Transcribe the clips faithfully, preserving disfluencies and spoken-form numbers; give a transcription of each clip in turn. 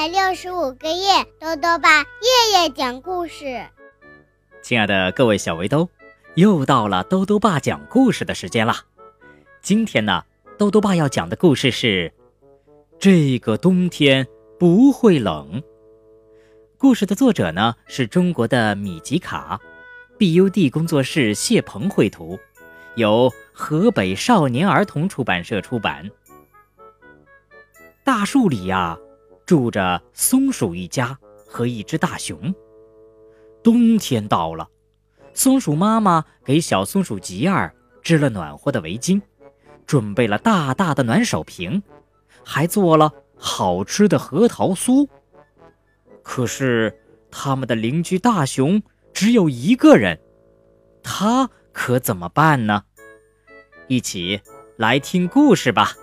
百六十五个夜，豆豆爸夜夜讲故事。 亲爱的各位小围兜，又到了豆豆爸讲故事的时间啦。今天呢，豆豆爸要讲的故事是这个冬天不会冷。故事的作者呢是中国的米吉卡， B U D 工作室谢鹏绘图，由河北少年儿童出版社出版。大树里呀，住着松鼠一家和一只大熊。冬天到了，松鼠妈妈给小松鼠吉尔织了暖和的围巾，准备了大大的暖手瓶，还做了好吃的核桃酥。可是他们的邻居大熊只有一个人，他可怎么办呢？一起来听故事吧。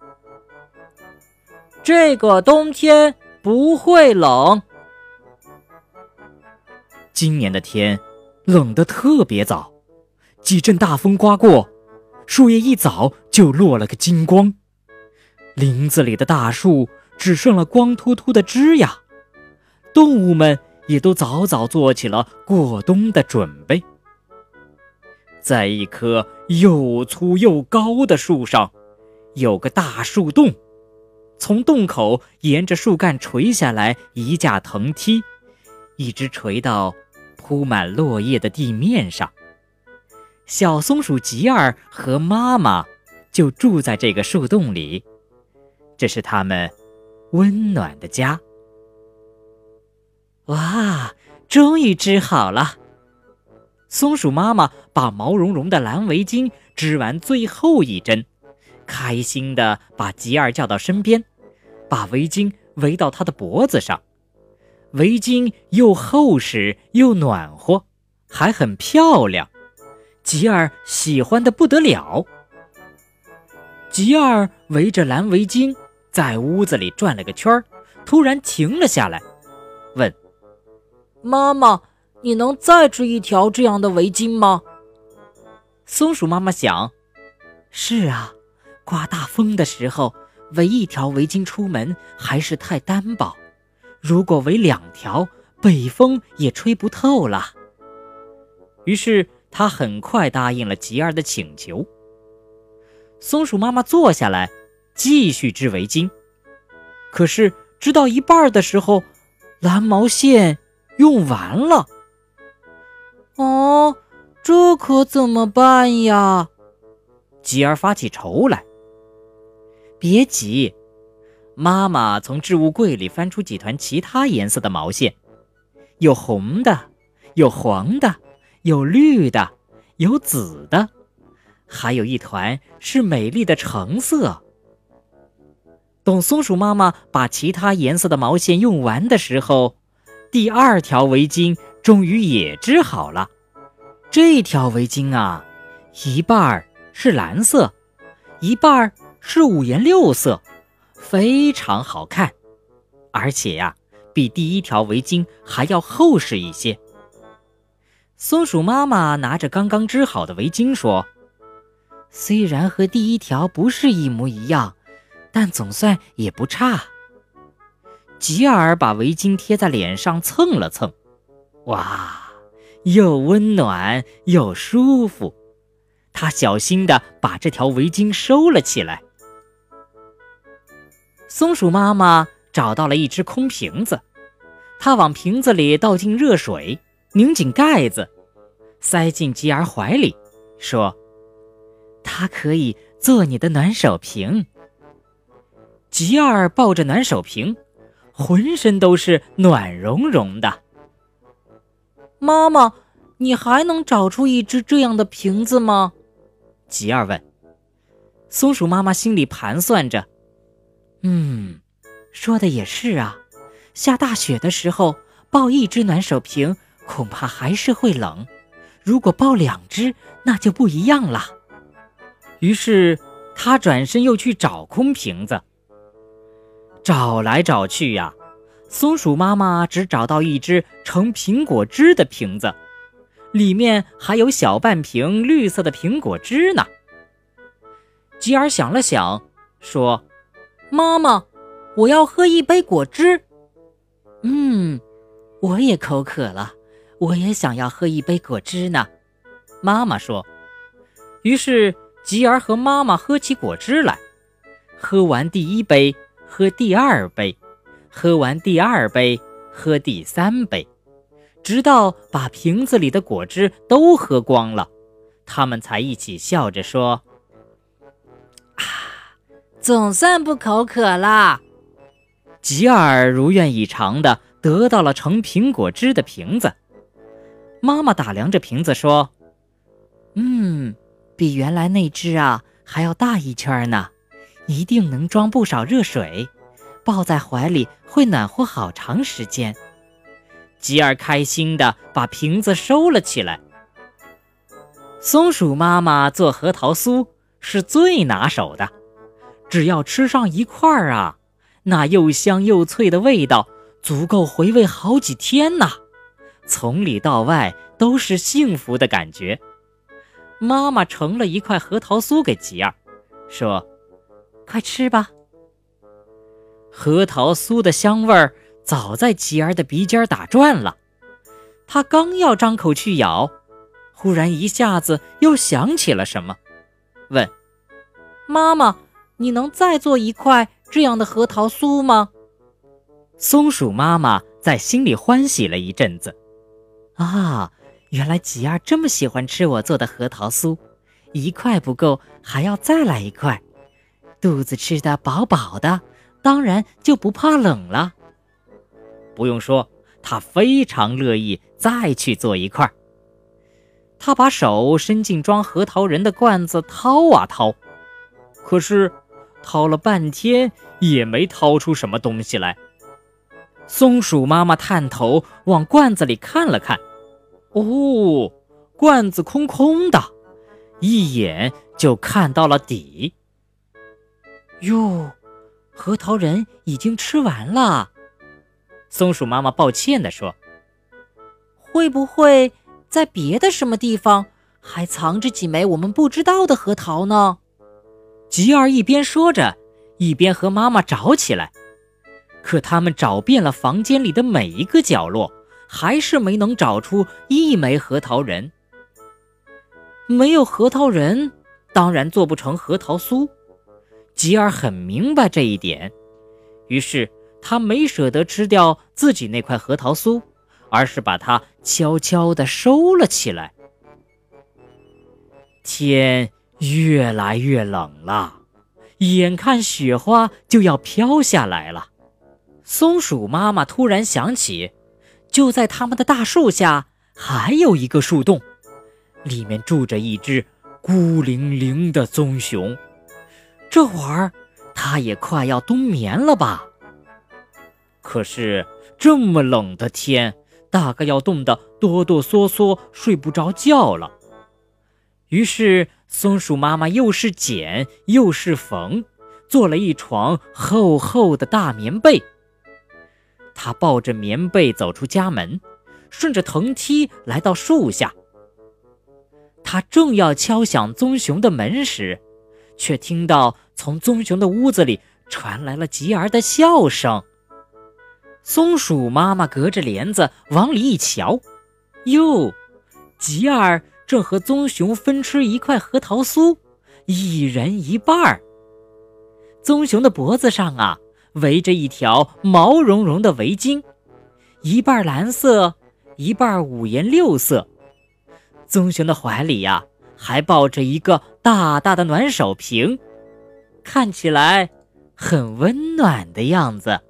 这个冬天不会冷。今年的天冷得特别早，几阵大风刮过，树叶一早就落了个精光。林子里的大树只剩了光秃秃的枝桠，动物们也都早早做起了过冬的准备。在一棵又粗又高的树上，有个大树洞，从洞口沿着树干垂下来一架藤梯，一直垂到铺满落叶的地面上。小松鼠吉尔和妈妈就住在这个树洞里，这是他们温暖的家。哇，终于织好了！松鼠妈妈把毛茸茸的蓝围巾织完最后一针，开心地把吉尔叫到身边，把围巾围到他的脖子上。围巾又厚实又暖和，还很漂亮，吉尔喜欢得不得了。吉尔围着蓝围巾在屋子里转了个圈，突然停了下来，问：妈妈，你能再织一条这样的围巾吗？松鼠妈妈想，是啊，刮大风的时候围一条围巾出门还是太单薄，如果围两条，北风也吹不透了。于是她很快答应了吉尔的请求。松鼠妈妈坐下来继续织围巾，可是织到一半的时候，蓝毛线用完了。哦，这可怎么办呀？吉尔发起愁来。别急，妈妈从置物柜里翻出几团其他颜色的毛线，有红的，有黄的，有绿的，有紫的，还有一团是美丽的橙色。等松鼠妈妈把其他颜色的毛线用完的时候，第二条围巾终于也织好了。这条围巾啊，一半是蓝色，一半是五颜六色，非常好看，而且呀、啊，比第一条围巾还要厚实一些。松鼠妈妈拿着刚刚织好的围巾说：虽然和第一条不是一模一样，但总算也不差。吉尔把围巾贴在脸上蹭了蹭，哇，又温暖又舒服。他小心地把这条围巾收了起来。松鼠妈妈找到了一只空瓶子，她往瓶子里倒进热水，拧紧盖子，塞进吉尔怀里，说：它可以做你的暖手瓶。吉尔抱着暖手瓶，浑身都是暖融融的。妈妈，你还能找出一只这样的瓶子吗？吉尔问。松鼠妈妈心里盘算着，嗯，说的也是啊，下大雪的时候抱一只暖手瓶恐怕还是会冷，如果抱两只那就不一样了。于是他转身又去找空瓶子，找来找去呀、啊，松鼠妈妈只找到一只盛苹果汁的瓶子，里面还有小半瓶绿色的苹果汁呢。吉尔想了想，说：妈妈，我要喝一杯果汁， 嗯，我也口渴了，我也想要喝一杯果汁呢。妈妈说。于是吉儿和妈妈喝起果汁来，喝完第一杯，喝第二杯，喝完第二杯，喝第三杯，直到把瓶子里的果汁都喝光了，他们才一起笑着说：啊，总算不口渴啦。吉尔如愿以偿地得到了盛苹果汁的瓶子。妈妈打量着瓶子说：嗯，比原来那只啊还要大一圈呢，一定能装不少热水，抱在怀里会暖和好长时间。吉尔开心地把瓶子收了起来。松鼠妈妈做核桃酥是最拿手的，只要吃上一块儿啊，那又香又脆的味道足够回味好几天呐，从里到外都是幸福的感觉。妈妈盛了一块核桃酥给吉儿，说：快吃吧。核桃酥的香味儿早在吉儿的鼻尖打转了，他刚要张口去咬，忽然一下子又想起了什么，问：妈妈，你能再做一块这样的核桃酥吗？松鼠妈妈在心里欢喜了一阵子。啊，原来吉儿这么喜欢吃我做的核桃酥，一块不够，还要再来一块。肚子吃得饱饱的，当然就不怕冷了。不用说，他非常乐意再去做一块。他把手伸进装核桃仁的罐子掏啊掏，可是掏了半天也没掏出什么东西来。松鼠妈妈探头往罐子里看了看，哦，罐子空空的，一眼就看到了底。哟，核桃仁已经吃完了。松鼠妈妈抱歉地说：会不会在别的什么地方还藏着几枚我们不知道的核桃呢？吉儿一边说着，一边和妈妈找起来。可他们找遍了房间里的每一个角落，还是没能找出一枚核桃仁。没有核桃仁，当然做不成核桃酥。吉儿很明白这一点，于是他没舍得吃掉自己那块核桃酥，而是把它悄悄地收了起来。天越来越冷了，眼看雪花就要飘下来了。松鼠妈妈突然想起，就在他们的大树下还有一个树洞，里面住着一只孤零零的棕熊。这会儿它也快要冬眠了吧？可是这么冷的天，大概要冻得哆哆嗦嗦睡不着觉了。于是松鼠妈妈又是剪又是缝，做了一床厚厚的大棉被。她抱着棉被走出家门，顺着藤梯来到树下。她正要敲响棕熊的门时，却听到从棕熊的屋子里传来了吉儿的笑声。松鼠妈妈隔着帘子往里一瞧，哟，吉儿正和棕熊分吃一块核桃酥，一人一半儿。棕熊的脖子上啊，围着一条毛茸茸的围巾，一半蓝色，一半五颜六色。棕熊的怀里呀、啊，还抱着一个大大的暖手瓶，看起来很温暖的样子。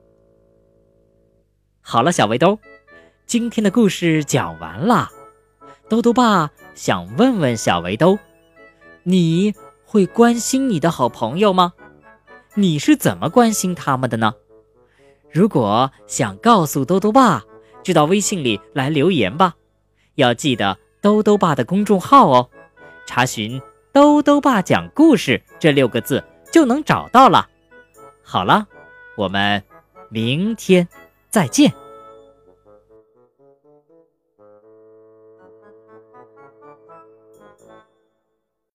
好了，小围兜，今天的故事讲完了。兜兜爸想问问小围兜，你会关心你的好朋友吗？你是怎么关心他们的呢？如果想告诉兜兜爸，就到微信里来留言吧。要记得兜兜爸的公众号哦，查询兜兜爸讲故事这六个字就能找到了。好了，我们明天再见。